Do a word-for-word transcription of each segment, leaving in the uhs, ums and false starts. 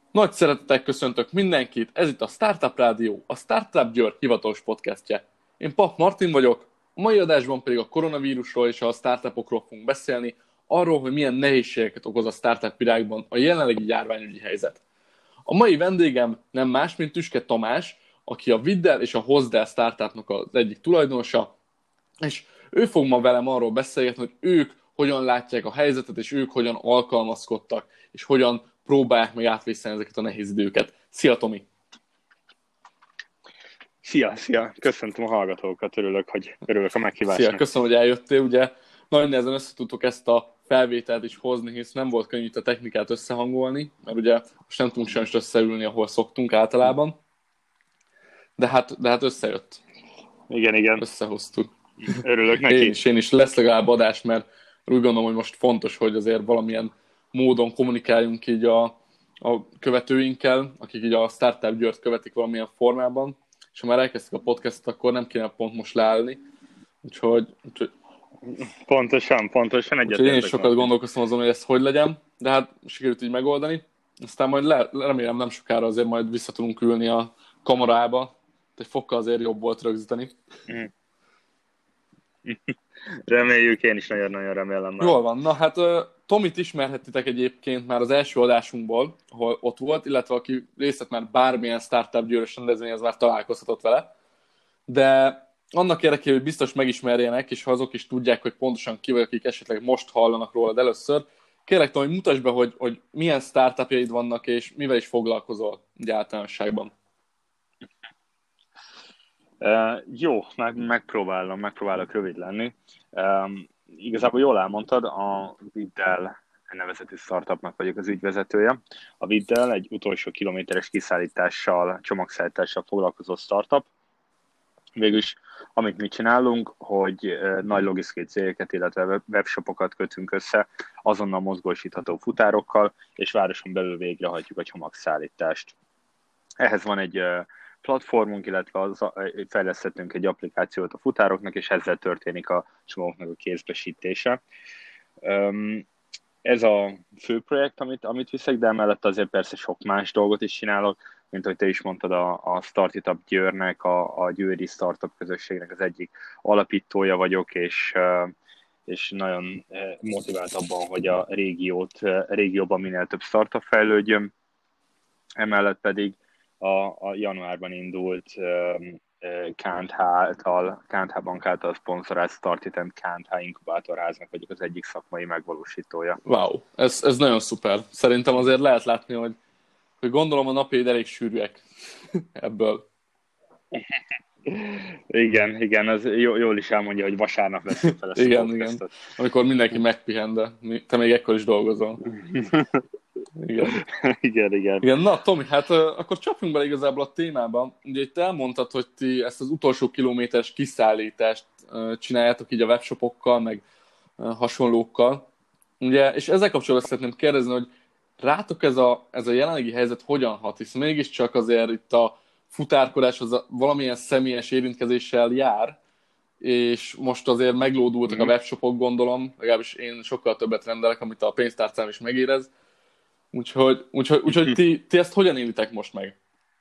Nagy szeretettel köszöntök mindenkit, ez itt a Startup Rádió, a Startup Győr hivatalos podcastje. Én Pap Martin vagyok, a mai adásban pedig a koronavírusról és a startupokról fogunk beszélni, arról, hogy milyen nehézségeket okoz a startup világban a jelenlegi járványügyi helyzet. A mai vendégem nem más, mint Tüske Tamás, aki a Viddel és a Hozdel startupnak az egyik tulajdonosa, és ő fog ma velem arról beszélgetni, hogy ők hogyan látják a helyzetet, és ők hogyan alkalmazkodtak, és hogyan próbálják meg átvészelni ezeket a nehéz időket. Szia, Tomi! Szia, szia! Köszöntöm a hallgatókat, örülök, hogy örülök a meghívásnak. Szia, köszönöm, hogy eljöttél. Ugye nagyon nehezen össze tudtuk ezt a felvételt is hozni, hisz nem volt könnyű itt a technikát összehangolni, mert ugye most nem tudunk sajnos összeülni, ahol szoktunk általában. De hát, de hát összejött. Igen, igen. Összehoztuk. Örülök neki. Én is, én is. Lesz legalább adás, mert úgy gondolom, hogy most fontos, hogy azért valamilyen módon kommunikáljunk így a, a követőinkkel, akik így a Startup Győrt követik valamilyen formában, és ha már elkezdtük a podcastot, akkor nem kéne pont most leállni. Úgyhogy, úgyhogy, pontosan, pontosan úgyhogy én is sokat gondolkoztam azon, hogy ezt hogy legyen, de hát sikerült így megoldani. Aztán majd le, remélem nem sokára azért majd vissza tudunk ülni a kamerába, egy fokkal azért jobb volt rögzíteni. Mm. Reméljük, én is nagyon-nagyon remélem. Már. Jól van. Na hát Tomit ismerhettitek egyébként már az első adásunkból, ahol ott volt, illetve aki részt vett már bármilyen startup győrös rendezvény, az már találkozhatott vele. De annak érdekében, hogy biztos megismerjenek, és ha azok is tudják, hogy pontosan ki vagy, akik esetleg most hallanak rólad először, kérlek, Tomi, mutasd be, hogy, hogy milyen startupjaid vannak, és mivel is foglalkozol így általánosságban. Uh, jó, meg, megpróbálom, megpróbálok rövid lenni. Um, igazából jól elmondtad, a Viddel nevezetű startupnak vagyok az ügyvezetője. A Viddel egy utolsó kilométeres kiszállítással, csomagszállítással foglalkozó startup. Végülis, amit mi csinálunk, hogy uh, nagy logisztikai cégeket, illetve webshopokat kötünk össze azonnal mozgósítható futárokkal, és városon belül végrehajtjuk a csomagszállítást. Ehhez van egy uh, platformunk, illetve az, fejlesztettünk egy applikációt a futároknak, és ezzel történik a csomagoknak a kézbesítése. Ez a fő projekt, amit, amit viszek, de emellett azért persze sok más dolgot is csinálok, mint ahogy te is mondtad, a, a Startup Győrnek, a, a győri startup közösségnek az egyik alapítója vagyok, és, és nagyon motivált abban, hogy a régiót, a régióban minél több startup fejlődjön. Emellett pedig A, a januárban indult um, ká en há által, ká en há Bank által szponzorált Startit and ká en há inkubátorháznak vagyok az egyik szakmai megvalósítója. Wow, ez, ez nagyon szuper. Szerintem azért lehet látni, hogy, hogy gondolom a napjaid elég sűrűek ebből. Igen, igen, az jól is elmondja, hogy vasárnap lesz fel ezt igen, igen. Amikor mindenki megpihen, de te még ekkor is dolgozol. Igen. igen, igen. Igen, na Tomi, hát uh, akkor csapjunk bele igazából a témába. Ugye itt elmondtad, hogy ti ezt az utolsó kilométeres kiszállítást uh, csináljátok így a webshopokkal, meg uh, hasonlókkal. Ugye, és ezzel kapcsolatban szeretném kérdezni, hogy rátok ez a, ez a jelenlegi helyzet hogyan hat, hisz mégiscsak azért itt a futárkodás az valamilyen személyes érintkezéssel jár, és most azért meglódultak mm-hmm. a webshopok, gondolom, legalábbis én sokkal többet rendelek, amit a pénztárcám is megérez. Úgyhogy, úgyhogy, úgyhogy ti, ti ezt hogyan élitek most meg?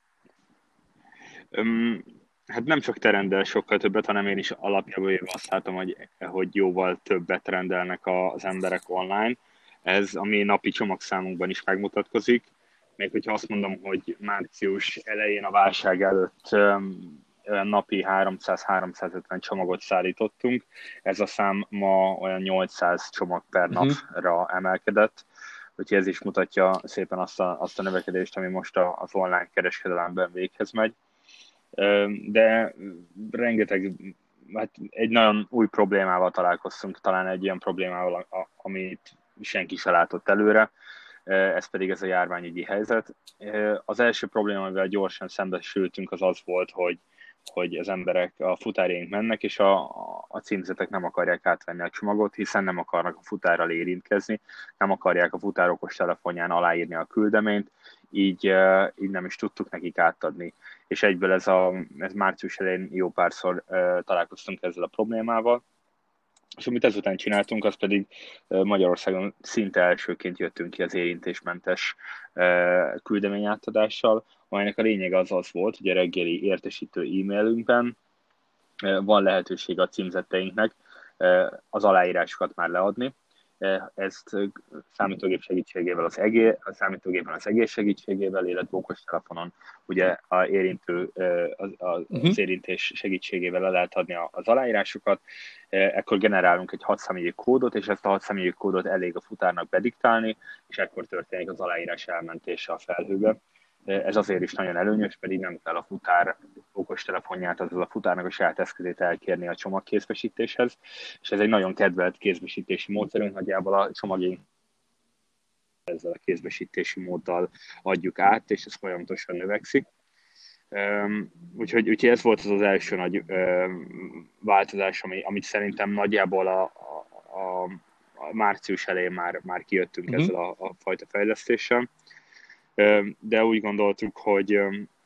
Um, hát nem csak te rendel sokkal többet, hanem én is alapjából éve azt látom, hogy, hogy jóval többet rendelnek az emberek online. Ez a mi napi csomagszámunkban is megmutatkozik. Még hogyha azt mondom, hogy március elején a válság előtt um, napi háromszáz-háromszázötven csomagot szállítottunk. Ez a szám ma olyan nyolcszáz csomag per napra uh-huh. emelkedett. Úgyhogy ez is mutatja szépen azt a, azt a növekedést, ami most az online kereskedelemben véghez megy. De rengeteg, hát egy nagyon új problémával találkoztunk, talán egy ilyen problémával, amit senki se látott előre, ez pedig ez a járványügyi helyzet. Az első probléma, amivel gyorsan szembesültünk, az az volt, hogy hogy az emberek, a futárjaink mennek, és a, a címzetek nem akarják átvenni a csomagot, hiszen nem akarnak a futárral érintkezni, nem akarják a futár okos telefonján aláírni a küldeményt, így, így nem is tudtuk nekik átadni. És egyből ez, a, ez március elején jó párszor találkoztunk ezzel a problémával. És amit ezután csináltunk, az pedig Magyarországon szinte elsőként jöttünk ki az érintésmentes küldeményátadással, amelynek a lényege az az volt, hogy a reggeli értesítő e-mailünkben van lehetőség a címzetteinknek az aláírásokat már leadni. Ezt számítógép segítségével, az egész, a számítógépen az egész segítségével, illetve okostelefonon ugye a érintő, az, az Uh-huh. érintés segítségével le lehet adni az aláírásokat. Ekkor generálunk egy hat személyi kódot, és ezt a hat személyi kódot elég a futárnak bediktálni, és ekkor történik az aláírás elmentése a felhőbe. Ez azért is nagyon előnyös, pedig nem kell a futár okostelefonját, azaz a futárnak a saját eszközét elkérni a csomagkézbesítéshez, és ez egy nagyon kedvelt kézbesítési módszerünk, nagyjából a csomagjaink ezzel a kézbesítési móddal adjuk át, és ez folyamatosan növekszik. Úgyhogy, úgyhogy ez volt az az első nagy változás, ami, amit szerintem nagyjából a, a, a március elején már, már kijöttünk uh-huh. ezzel a, a fajta fejlesztéssel. De úgy gondoltuk, hogy,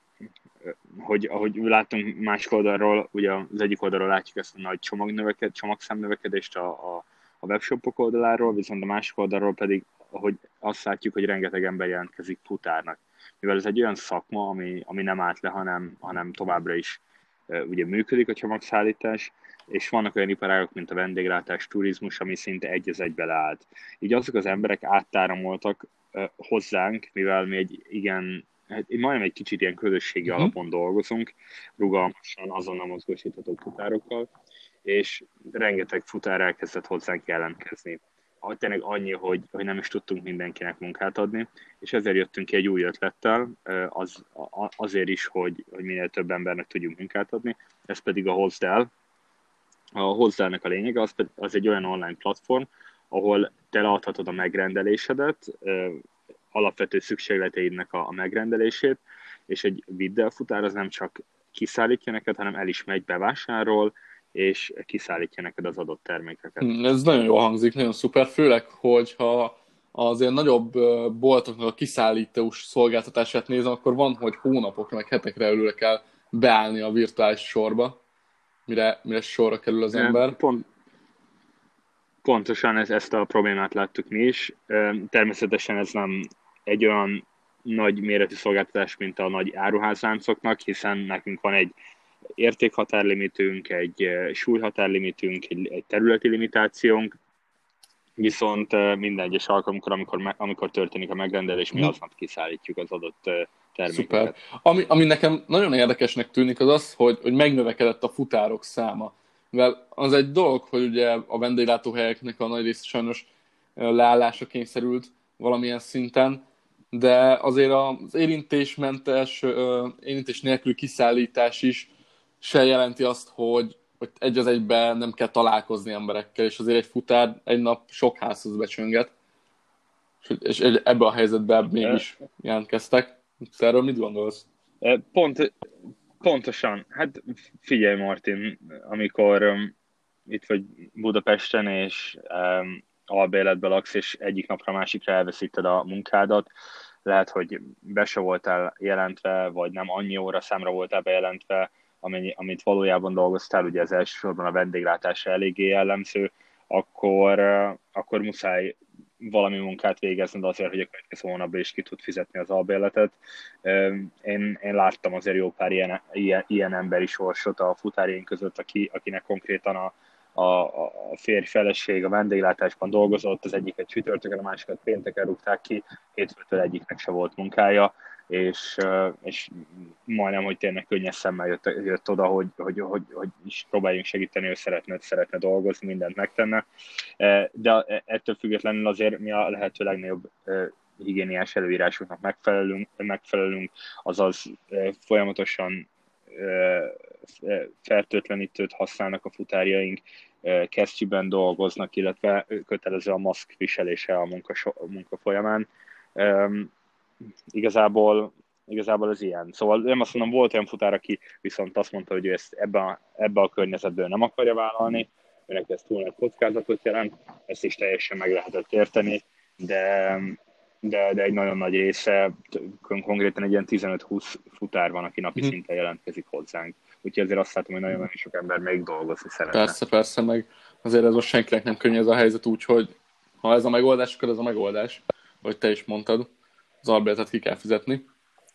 hogy ahogy látunk másik oldalról, ugye az egyik oldalról látjuk ezt a nagy csomagnöveked, csomagszámnövekedést a, a, a webshopok oldaláról, viszont a másik oldalról pedig, ahogy azt látjuk, hogy rengeteg ember jelentkezik futárnak. Mivel ez egy olyan szakma, ami, ami nem állt le, hanem, hanem továbbra is ugye működik a csomagszállítás, és vannak olyan iparágok, mint a vendéglátás, turizmus, ami szinte egy az egybe leállt. Így azok az emberek áttáramoltak hozzánk, mivel mi egy igen, hát majdnem egy kicsit ilyen közösségi uh-huh. alapon dolgozunk, rugalmasan, azonnal mozgósítható futárokkal, és rengeteg futár elkezdett hozzánk jelentkezni. Tényleg annyi, hogy, hogy nem is tudtunk mindenkinek munkát adni, és ezért jöttünk ki egy új ötlettel, az, azért is, hogy, hogy minél több embernek tudjunk munkát adni, ez pedig a Hozd El. A Hozd Elnek a lényege, az, az egy olyan online platform, ahol te leadhatod a megrendelésedet, alapvető szükségleteidnek a, a megrendelését, és egy Vidd El futár az nem csak kiszállítja neked, hanem el is megy, bevásárol, és kiszállítja neked az adott termékeket. Ez nagyon jól hangzik, nagyon szuper, főleg, hogyha az ilyen nagyobb boltoknak a kiszállítós szolgáltatását nézem, akkor van, hogy hónapokra, meg hetekre előre kell beállni a virtuális sorba, mire, mire sorra kerül az ember. Pont, pontosan ez, ezt a problémát láttuk mi is. Természetesen ez nem egy olyan nagy méretű szolgáltatás, mint a nagy áruházláncoknak, hiszen nekünk van egy értékhatárlimitünk, egy súlyhatárlimitünk, egy, egy területi limitációnk, viszont minden egyes alkalomkor, amikor, amikor történik a megrendelés, mi aznap kiszállítjuk az adott termékeket. Szuper. Ami, ami nekem nagyon érdekesnek tűnik, az az, hogy, hogy megnövekedett a futárok száma. Mivel az egy dolog, hogy ugye a vendéglátóhelyeknek a nagy része sajnos leállásra kényszerült valamilyen szinten, de azért az érintésmentes, érintés nélkül kiszállítás is se jelenti azt, hogy, hogy egy az egyben nem kell találkozni emberekkel, és azért egy futár egy nap sok házhoz becsönget, és ebbe a helyzetben mégis jelentkeztek. Te erről mit gondolsz? Pont, pontosan. Hát figyelj, Martin, amikor um, itt vagy Budapesten, és um, albérletben laksz, és egyik napra másikra elveszíted a munkádat, lehet, hogy be se voltál jelentve, vagy nem annyi óra számra voltál bejelentve, amennyi, amit valójában dolgoztál, ugye az elsősorban a vendéglátásra eléggé jellemző, akkor, uh, akkor muszáj valami munkát végezned azért, hogy a következő hónapban is ki tud fizetni az albérletet. Én, én láttam azért jó pár ilyen, ilyen, ilyen emberi sorsot a futárjaink között, aki, akinek konkrétan a, a, a férj feleség a vendéglátásban dolgozott, az egyiket csütörtökön, a másikat pénteken rúgták ki, hétfőtől egyiknek se volt munkája, és, és majdnem, hogy tényleg könnyes szemmel jött, jött oda, hogy, hogy, hogy, hogy is próbáljunk segíteni, ő szeretne, szeretne dolgozni, mindent megtenne. De ettől függetlenül azért mi a lehető legnagyobb higiéniás előírásoknak megfelelünk, megfelelünk, azaz folyamatosan fertőtlenítőt használnak a futárjaink, kesztyűben dolgoznak, illetve kötelező a maszk viselése a munka, a munka folyamán. Igazából, igazából ez ilyen. Szóval nem azt mondom, volt olyan futár, aki viszont azt mondta, hogy ő ezt ebben a, ebbe a környezetből nem akarja vállalni, őnek ez túl nagy kockázatot jelent, ezt is teljesen meg lehetett érteni, de, de, de egy nagyon nagy része, konkrétan egy ilyen tizenöt-húsz futár van, aki napi szinten jelentkezik hozzánk. Úgyhogy azért azt látom, hogy nagyon-nagyon sok ember még dolgozni szeretne. Persze, persze, meg azért ez most senkinek nem könnyű ez a helyzet, úgyhogy ha ez a megoldás, akkor ez a megoldás, hogy te is mondtad, az albérletet ki kell fizetni.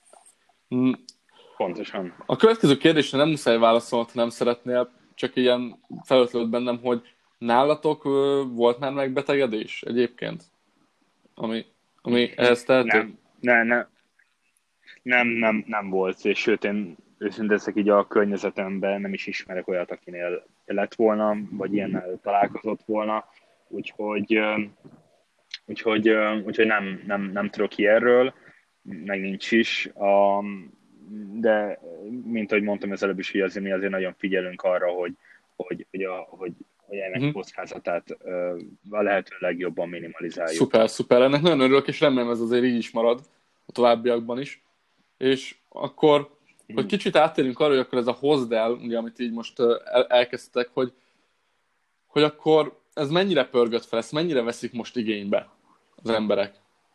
Pontosan. A következő kérdésre nem muszáj válaszolni, ha nem szeretnél, csak ilyen felötlött bennem, hogy nálatok volt már megbetegedés egyébként, ami, ami ehhez tehető? Nem, nem, nem, nem, nem, nem volt, és sőt, én őszintén ezek így a környezetemben nem is ismerek olyat, akinél lett volna, vagy ilyennel találkozott volna, úgyhogy, úgyhogy, úgyhogy nem, nem, nem tudok ilyenről, meg nincs is, de mint ahogy mondtam az előbb is, hogy azért mi azért nagyon figyelünk arra, hogy, hogy, hogy, a, hogy, hogy ennek uh-huh. kockázatát a lehető legjobban minimalizáljuk. Szuper, szuper, ennek nagyon örülök, és remélem ez azért így is marad a továbbiakban is. És akkor, hogy kicsit áttérünk arra, hogy akkor ez a hozd el, ugye, amit így most el, elkezdtek, hogy, hogy akkor ez mennyire pörgött fel, ezt mennyire veszik most igénybe az emberek?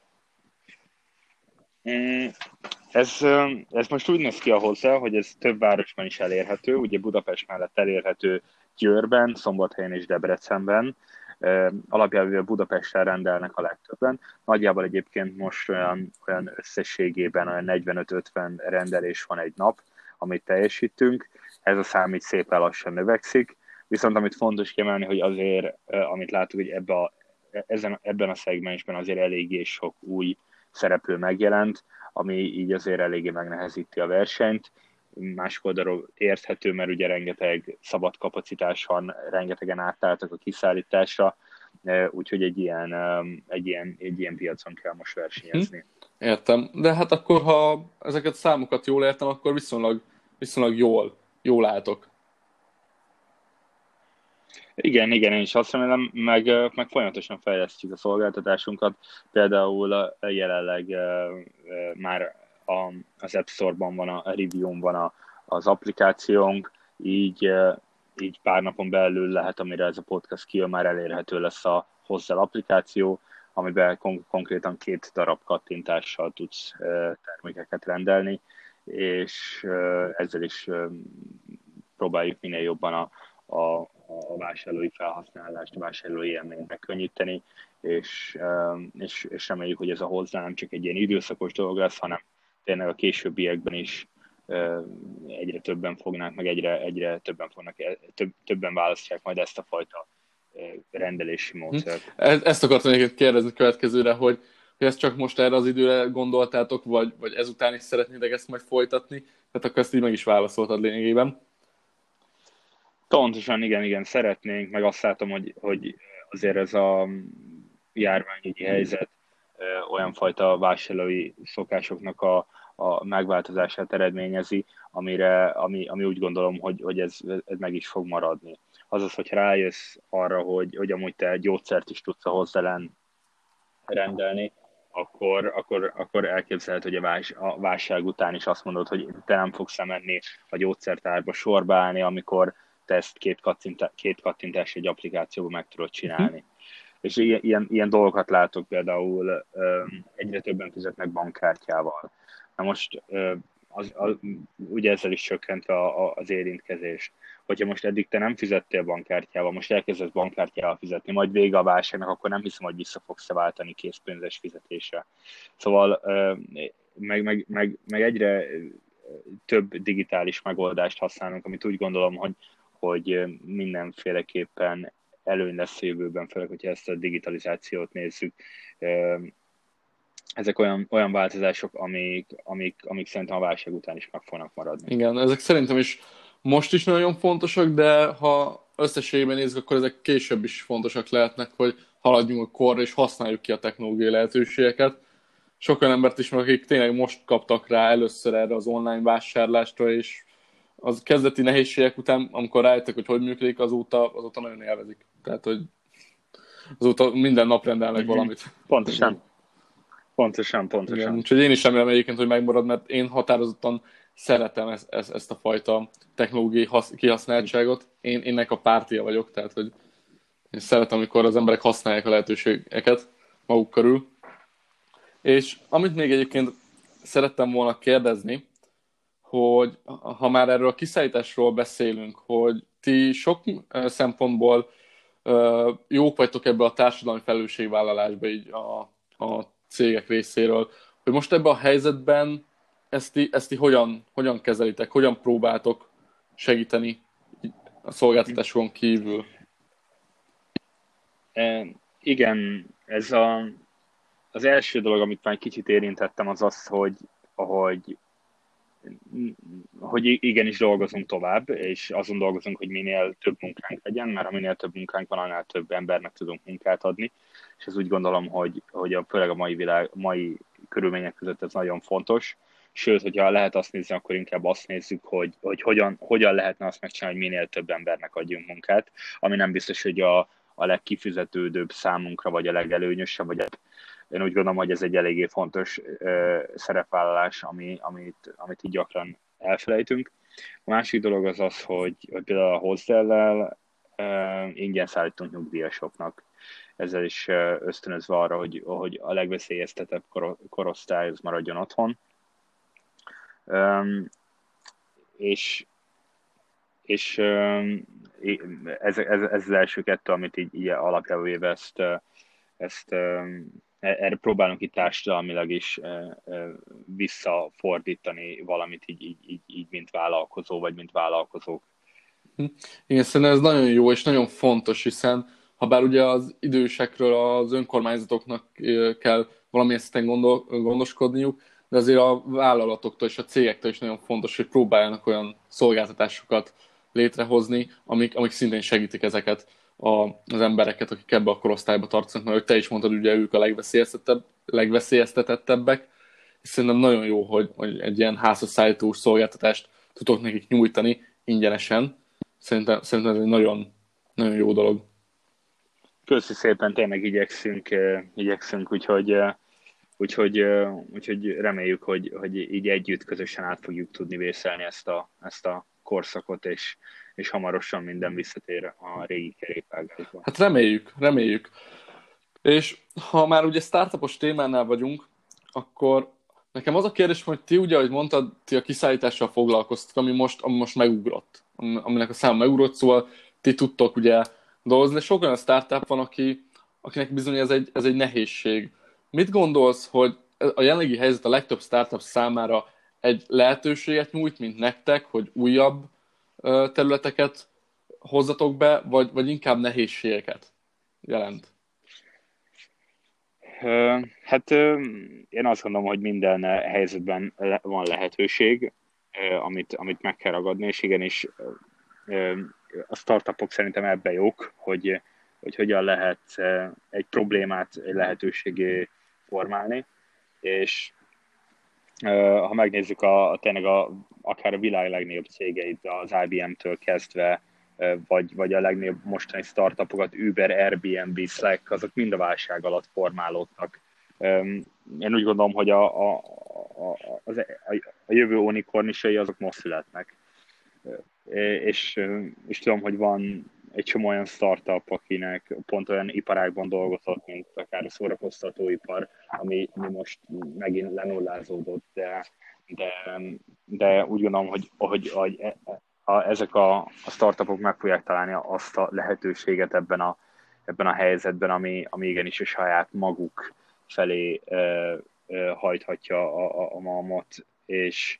Mm, ez, ez most úgy néz ki a hozzá, hogy ez több városban is elérhető, ugye Budapest mellett elérhető Győrben, Szombathelyen és Debrecenben. Alapjában Budapesten rendelnek a legtöbben. Nagyjából egyébként most olyan, olyan összességében olyan negyvenöt-ötven rendelés van egy nap, amit teljesítünk. Ez a szám így szépen lassan növekszik. Viszont amit fontos kiemelni, hogy azért, amit látunk, hogy ebbe a, ezen, ebben a szegmensben azért eléggé sok új szereplő megjelent, ami így azért eléggé megnehezíti a versenyt. Másik oldalról érthető, mert ugye rengeteg szabad kapacitás van, rengetegen átálltak a kiszállításra, úgyhogy egy ilyen, egy ilyen, egy ilyen piacon kell most versenyezni. Értem, de hát akkor, ha ezeket a számokat jól értem, akkor viszonylag, viszonylag jól, jól álltok. Igen, igen, én is azt remélem, meg, meg folyamatosan fejlesztjük a szolgáltatásunkat. Például jelenleg már az App Store-ban van, a review-n van a, az applikációnk, így, így pár napon belül lehet, amire ez a podcast kijön, már elérhető lesz a Hozzel applikáció, amiben kon- konkrétan két darab kattintással tudsz termékeket rendelni, és ezzel is próbáljuk minél jobban a, a, a vásárlói felhasználást, a vásárlói élményt megkönnyíteni, és, és, és reméljük, hogy ez a hozzá nem csak egy ilyen időszakos dolog lesz, hanem tényleg a későbbiekben is egyre többen fognak, meg egyre, egyre többen fognak, több, többen választják majd ezt a fajta rendelési módszert. Ezt akartam egyébként kérdezni a következőre, hogy, hogy ezt csak most erre az időre gondoltátok, vagy, vagy ezután is szeretnétek ezt majd folytatni, tehát akkor ezt így meg is válaszoltad lényegében. Pontosan, igen, igen, szeretnénk, meg azt látom, hogy, hogy azért ez a járványügyi helyzet olyan fajta vásárlói szokásoknak a, a megváltozását eredményezi, amire, ami, ami úgy gondolom, hogy, hogy ez, ez meg is fog maradni. Azaz, hogy rájössz arra, hogy, hogy amúgy te gyógyszert is tudsz a hozzelen rendelni, akkor, akkor, akkor elképzelhet, hogy a, vás, a válság után is azt mondod, hogy te nem fogsz menni a gyógyszertárba sorba állni, amikor te ezt két, kattintá, két kattintás egy applikációban meg tudod csinálni. Mm. És ilyen, ilyen, ilyen dolgokat látok például, egyre többen fizetnek bankkártyával. Na most az, az, ugye ezzel is csökkent a, a, az érintkezés. Hogyha most eddig te nem fizettél bankkártyával, most elkezdesz bankkártyával fizetni, majd vége a válságnak, akkor nem hiszem, hogy vissza fogsz váltani készpénzes fizetésre. Szóval meg, meg, meg, meg egyre több digitális megoldást használunk, amit úgy gondolom, hogy, hogy mindenféleképpen előny lesz a jövőben, főleg, hogyha ezt a digitalizációt nézzük. Ezek olyan, olyan változások, amik, amik, amik szerintem a válság után is meg fognak maradni. Igen, ezek szerintem is most is nagyon fontosak, de ha összességében nézzük, akkor ezek később is fontosak lehetnek, hogy haladjunk a korra és használjuk ki a technológiai lehetőségeket. Sok olyan embert ismerek, akik tényleg most kaptak rá először erre az online vásárlásra, és az kezdeti nehézségek után, amikor rájöttek, hogy hogy működik, azóta, azóta nagyon élvezik. Tehát, hogy azóta minden nap rendelnek mm-hmm. valamit. Pontosan. Pontosan, pontosan. Igen, úgyhogy én is remélem egyébként, hogy megmarad, mert én határozottan szeretem ezt, ezt, ezt a fajta technológiai hasz, kihasználtságot. Én ennek a pártja vagyok, tehát hogy én szeretem, amikor az emberek használják a lehetőségeket maguk körül. És amit még egyébként szerettem volna kérdezni, hogy ha már erről a kiszállításról beszélünk, hogy ti sok szempontból jók vagytok ebbe a társadalmi felelősségvállalásba így a, a cégek részéről, hogy most ebben a helyzetben ezt ti, ezt ti hogyan, hogyan kezelitek, hogyan próbáltok segíteni a szolgáltatásokon kívül? E, igen, ez a, az első dolog, amit már kicsit érintettem, az az, hogy, hogy, hogy igenis dolgozunk tovább, és azon dolgozunk, hogy minél több munkánk legyen, mert ha minél több munkánk van, annál több embernek tudunk munkát adni, és ez úgy gondolom, hogy, hogy a, főleg a mai, világ, mai körülmények között ez nagyon fontos. Sőt, hogyha lehet azt nézni, akkor inkább azt nézzük, hogy, hogy hogyan, hogyan lehetne azt megcsinálni, hogy minél több embernek adjunk munkát, ami nem biztos, hogy a, a legkifizetődőbb számunkra, vagy a legelőnyösebb, vagy a, én úgy gondolom, hogy ez egy eléggé fontos ö, szerepvállalás, ami, amit, amit így gyakran elfelejtünk. A másik dolog az az, hogy, hogy például a Hozdellel ö, ingyen szállítunk nyugdíjasoknak. Ezzel is ö, ösztönözve arra, hogy, hogy a legveszélyeztetebb korosztály az maradjon otthon. Um, és és um, ez, ez, ez az első kettő, amit így, így alapjába véve ezt, ezt um, erre próbálunk itt társadalmilag is uh, uh, visszafordítani valamit így, így, így, így, mint vállalkozó, vagy mint vállalkozók. Igen, szerintem ez nagyon jó és nagyon fontos, hiszen ha bár ugye az idősekről az önkormányzatoknak kell valamilyen szinten gondol, gondoskodniuk, de azért a vállalatoktól és a cégektől is nagyon fontos, hogy próbáljanak olyan szolgáltatásokat létrehozni, amik, amik szintén segítik ezeket a, az embereket, akik ebbe a korosztályba tartoznak, mert te is mondtad, ugye ők a legveszélyeztetebb, legveszélyeztetettebbek, és szerintem nagyon jó, hogy, hogy egy ilyen házhozszállítós szolgáltatást tudok nekik nyújtani ingyenesen. Szerintem, szerintem ez egy nagyon, nagyon jó dolog. Köszi szépen, tényleg igyekszünk, igyekszünk, úgyhogy Úgyhogy, úgyhogy reméljük, hogy, hogy így együtt közösen át fogjuk tudni vészelni ezt a, ezt a korszakot, és, és hamarosan minden visszatér a régi kerékvágásba. Hát reméljük, reméljük. És ha már ugye startupos témánál vagyunk, akkor nekem az a kérdés, hogy ti ugye, ahogy mondtad, ti a kiszállítással foglalkoztok, ami most, ami most megugrott, aminek a száma megugrott, szóval ti tudtok ugye dolgozni, de sok olyan startup van, aki, akinek bizony ez egy, ez egy nehézség. Mit gondolsz, hogy a jelenlegi helyzet a legtöbb startup számára egy lehetőséget nyújt, mint nektek, hogy újabb területeket hozzatok be, vagy, vagy inkább nehézségeket jelent? Hát én azt gondolom, hogy minden helyzetben van lehetőség, amit, amit meg kell ragadni, és igenis a startupok szerintem ebben jók, hogy, hogy hogyan lehet egy problémát egy lehetőségé formálni, és ha megnézzük a, a tényleg a, akár a világ legnagyobb cégeit, az I B M-től kezdve, vagy, vagy a legnagyobb mostani startupokat, Uber, Airbnb, Slack, azok mind a válság alatt formálódtak. Én úgy gondolom, hogy a, a, a, a, a jövő unikornisai azok most születnek. És, és tudom, hogy van egy csomó olyan startup, akinek pont olyan iparágban dolgozott, mint akár a szórakoztatóipar, ami, ami most megint lenullázódott, de, de, de úgy gondolom, hogy, hogy, hogy a, ezek a, a startupok meg fogják találni azt a lehetőséget ebben a, ebben a helyzetben, ami, ami igenis a saját maguk felé ö, ö, hajthatja a, a, a malmot, és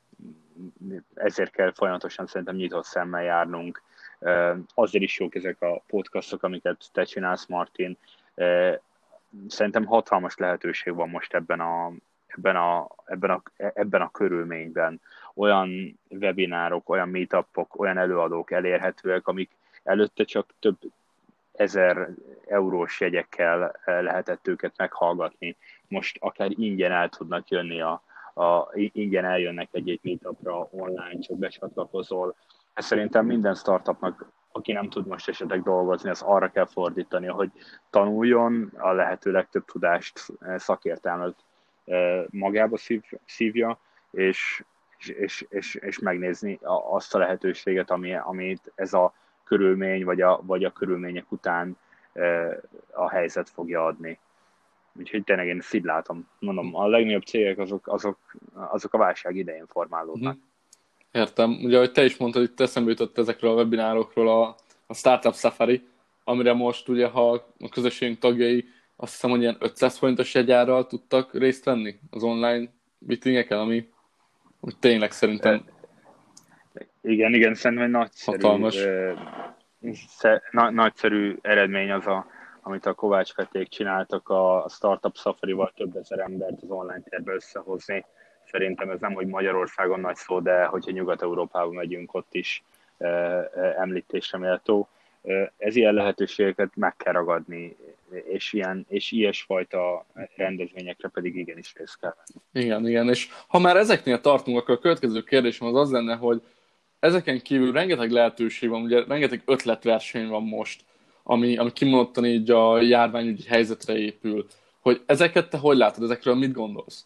ezért kell folyamatosan szerintem nyitott szemmel járnunk. Azért is jók ezek a podcastok, amiket te csinálsz, Martin. Szerintem hatalmas lehetőség van most ebben a, ebben a, ebben a, ebben a körülményben. Olyan webinárok, olyan meetupok, olyan előadók elérhetőek, amik előtte csak több ezer eurós jegyekkel lehetett őket meghallgatni. Most akár ingyen el tudnak jönni a A, ingyen eljönnek egy-egy meetupra online, csak becsatlakozol. Ez szerintem minden startupnak, aki nem tud most esetleg dolgozni, az arra kell fordítani, hogy tanuljon, a lehető legtöbb tudást, szakértelmet magába szív, szívja, és, és, és, és megnézni azt a lehetőséget, ami, amit ez a körülmény, vagy a, vagy a körülmények után a helyzet fogja adni. Úgyhogy tényleg én ezt így látom. Mondom, a legnagyobb cégek azok, azok, azok a válság idején formálódnak. Értem. Ugye, ahogy te is mondtad, itt eszembe jutott ezekről a webinárokról a, a Startup Safari, amire most ugye, ha a közösségünk tagjai azt hiszem, hogy ilyen ötszáz forintos jegyárral tudtak részt venni az online meetingeken, ami úgy tényleg szerintem Igen, igen, szerintem egy nagyszerű, hatalmas. na, nagyszerű eredmény az, a, amit a Kovács Peték csináltak a Startup Safari-val több ezer embert az online térbe összehozni. Szerintem ez nem, hogy Magyarországon nagy szó, de hogyha Nyugat-Európában megyünk, ott is e, e, említésre méltó. Ez ilyen lehetőségeket meg kell ragadni, és, ilyen, és ilyesfajta rendezvényekre pedig igenis részt kell venni. Igen, igen, és ha már ezeknél tartunk, akkor a következő kérdésem az az lenne, hogy ezeken kívül rengeteg lehetőség van, ugye rengeteg ötletverseny van most, ami, ami kimondottan így a járványügyi helyzetre épül. Hogy ezeket te hogy látod, ezekről mit gondolsz?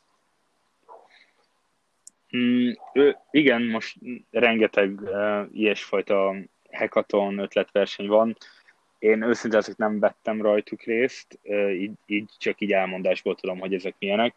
Mm, igen, most rengeteg uh, ilyesfajta hackathon ötletverseny van. Én őszintén ezek nem vettem rajtuk részt, uh, így, így csak így elmondásból tudom, hogy ezek milyenek.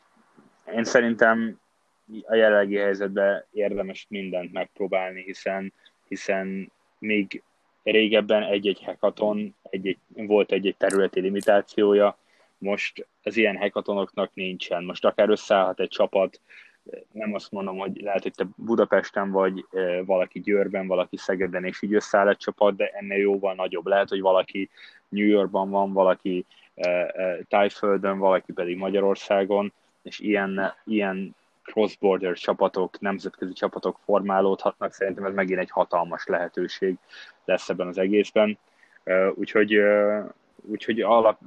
Én szerintem a jelenlegi helyzetben érdemes mindent megpróbálni, hiszen, hiszen még régebben egy-egy hackathon egy-egy, volt egy-egy területi limitációja, most az ilyen hackathonoknak nincsen. Most akár összeállhat egy csapat, nem azt mondom, hogy lehet, hogy te Budapesten vagy, valaki Győrben, valaki Szegeden, és így összeáll egy csapat, de ennél jóval nagyobb. Lehet, hogy valaki New Yorkban van, valaki Tájföldön, valaki pedig Magyarországon, és ilyen, ilyen cross-border csapatok, nemzetközi csapatok formálódhatnak. Szerintem ez megint egy hatalmas lehetőség lesz ebben az egészben. Úgyhogy, úgyhogy alap,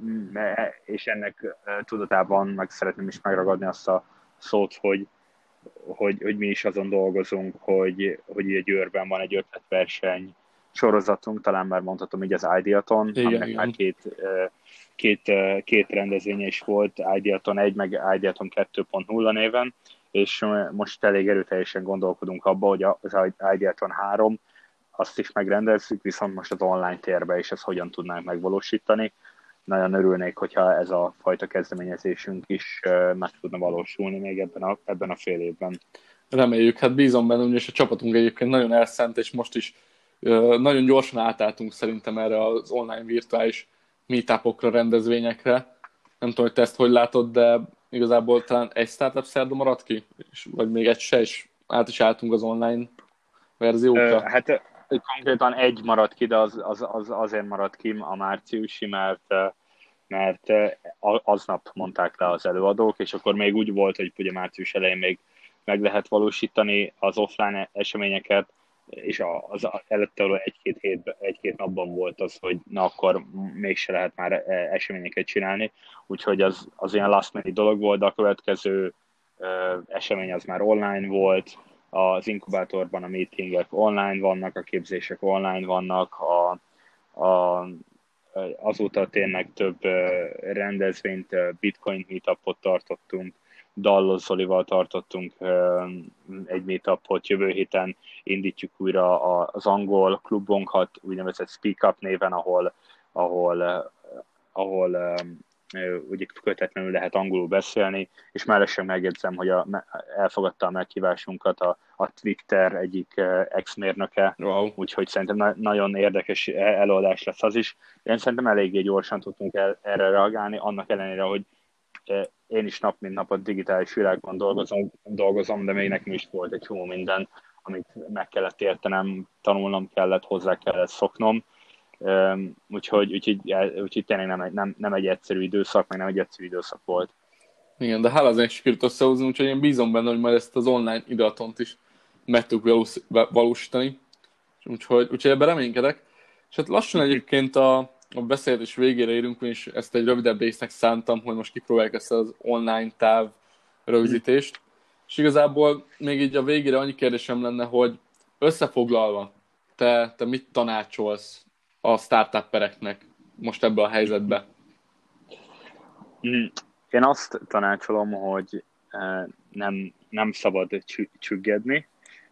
és ennek tudatában meg szeretném is megragadni azt a szót, hogy, hogy, hogy mi is azon dolgozunk, hogy, hogy ugye Győrben van egy ötletverseny sorozatunk, talán már mondhatom így az Ideaton, Igen, aminek igen. már két, két, két rendezvénye is volt, Ideaton egy, meg Ideaton kettő pont nulla néven, és most elég erőteljesen gondolkodunk abba, hogy az Ideaton három, azt is megrendezzük, viszont most az online térbe is ezt hogyan tudnánk megvalósítani. Nagyon örülnék, hogyha ez a fajta kezdeményezésünk is meg tudna valósulni még ebben a, ebben a fél évben. Reméljük, hát bízom benne, és a csapatunk egyébként nagyon elszánt, és most is nagyon gyorsan átálltunk szerintem erre az online virtuális meetupokra, rendezvényekre. Nem tudom, hogy te ezt hogy látod, de igazából talán egy startup szerda maradt ki, és, vagy még egy se, és át is álltunk az online verziókra. Hát konkrétan egy maradt ki, de az, az, az azért maradt ki a márciusi, mert, mert aznap mondták le az előadók, és akkor még úgy volt, hogy ugye március elején még meg lehet valósítani az offline eseményeket, és az előtte egy-két, hét, egy-két napban volt az, hogy na akkor mégse lehet már eseményeket csinálni, úgyhogy az, az ilyen last minute dolog volt, de a következő esemény az már online volt, az inkubátorban a meetingek online vannak, a képzések online vannak, a, a, azóta tényleg több rendezvényt, Bitcoin meetupot tartottunk, Dallos Zolival tartottunk egy meetupot, jövő héten indítjuk újra az angol klubunkat, úgynevezett Speak Up néven, ahol, ahol, ahol ugye kötetlenül lehet angolul beszélni, és mellesleg megjegyzem, hogy a, elfogadta a meghívásunkat a, a Twitter egyik ex-mérnöke, Wow. Úgyhogy szerintem na- nagyon érdekes előadás lesz az is. Én szerintem eléggé gyorsan tudtunk el, erre reagálni, annak ellenére, hogy én is nap mint nap a digitális világban dolgozom, dolgozom, de még nekem is volt egy csomó minden, amit meg kellett értenem, tanulnom kellett, hozzá kellett szoknom. Um, úgyhogy, úgyhogy, úgyhogy tényleg nem egy, nem, nem egy egyszerű időszak, meg nem egy egyszerű időszak volt. Igen, de hála azért sikerült összehozni, úgyhogy én bízom benne, hogy majd ezt az online ideatont is meg tudjuk valósítani. Úgyhogy, úgyhogy ebben reménykedek. És hát lassan egyébként a, a beszélgetés végére érünk, és ezt egy rövidebb résznek szántam, hogy most kipróbáljuk ezt az online táv rögzítést. És igazából még így a végére annyi kérdésem lenne, hogy összefoglalva, te, te mit tanácsolsz a startuppereknek most ebben a helyzetben? Én azt tanácsolom, hogy nem, nem szabad csüggedni.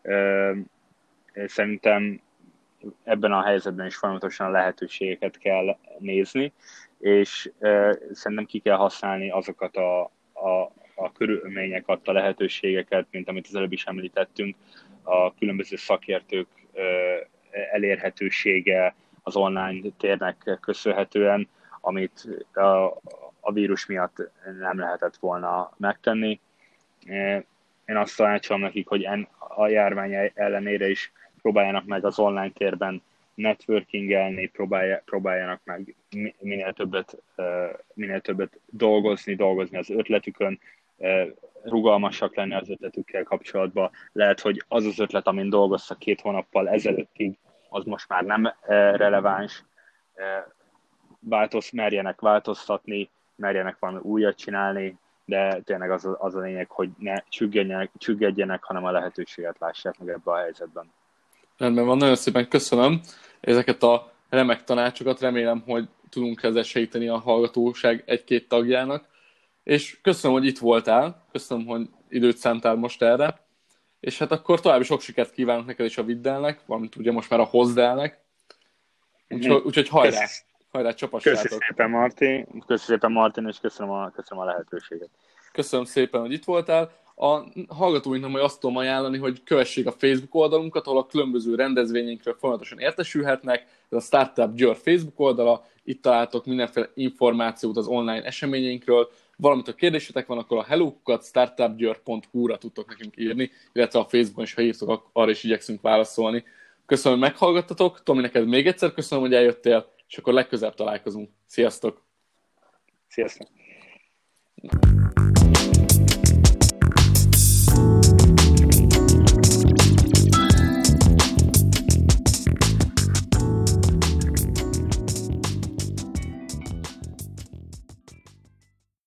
Szerintem ebben a helyzetben is folyamatosan a lehetőségeket kell nézni, és szerintem ki kell használni azokat a, a, a körülményeket, a lehetőségeket, mint amit az előbb is említettünk, a különböző szakértők elérhetősége, az online térnek köszönhetően, amit a, a vírus miatt nem lehetett volna megtenni. Én azt tanácsolom nekik, hogy en, a járvány ellenére is próbáljanak meg az online térben networkingelni, próbálja, próbáljanak meg minél többet, minél többet dolgozni, dolgozni az ötletükön, rugalmasak lenni az ötletükkel kapcsolatban. Lehet, hogy az az ötlet, amin dolgoztak két hónappal ezelőttig, az most már nem releváns. Változ, merjenek változtatni, merjenek valami újat csinálni, de tényleg az a, az a lényeg, hogy ne csüggedjenek, csüggedjenek, hanem a lehetőséget lássák meg ebben a helyzetben. Rendben van, nagyon szépen köszönöm ezeket a remek tanácsokat, remélem, hogy tudunk ezzel segíteni a hallgatóság egy-két tagjának, és köszönöm, hogy itt voltál, köszönöm, hogy időt szántál most erre, és hát akkor további sok sikert kívánok neked is a Viddelnek, valamint ugye most már a Hozdelnek, úgyhogy, úgyhogy hajrá, hajrá, csapassátok! Köszönöm szépen, Martin, köszönöm szépen, Martin, és köszönöm a, köszönöm a lehetőséget. Köszönöm szépen, hogy itt voltál. A hallgatóinknak majd azt tudom ajánlani, hogy kövessék a Facebook oldalunkat, ahol a különböző rendezvényeinkről folyamatosan értesülhetnek. Ez a Startup Győr Facebook oldala, itt találtok mindenféle információt az online eseményeinkről, valamint ha kérdésetek van, akkor a hello kukac startupgyőr pont hu-ra tudtok nekünk írni, illetve a Facebookon is, ha írtok, arra is igyekszünk válaszolni. Köszönöm, hogy meghallgattatok. Tomi, neked még egyszer köszönöm, hogy eljöttél, és akkor legközelebb találkozunk. Sziasztok! Sziasztok!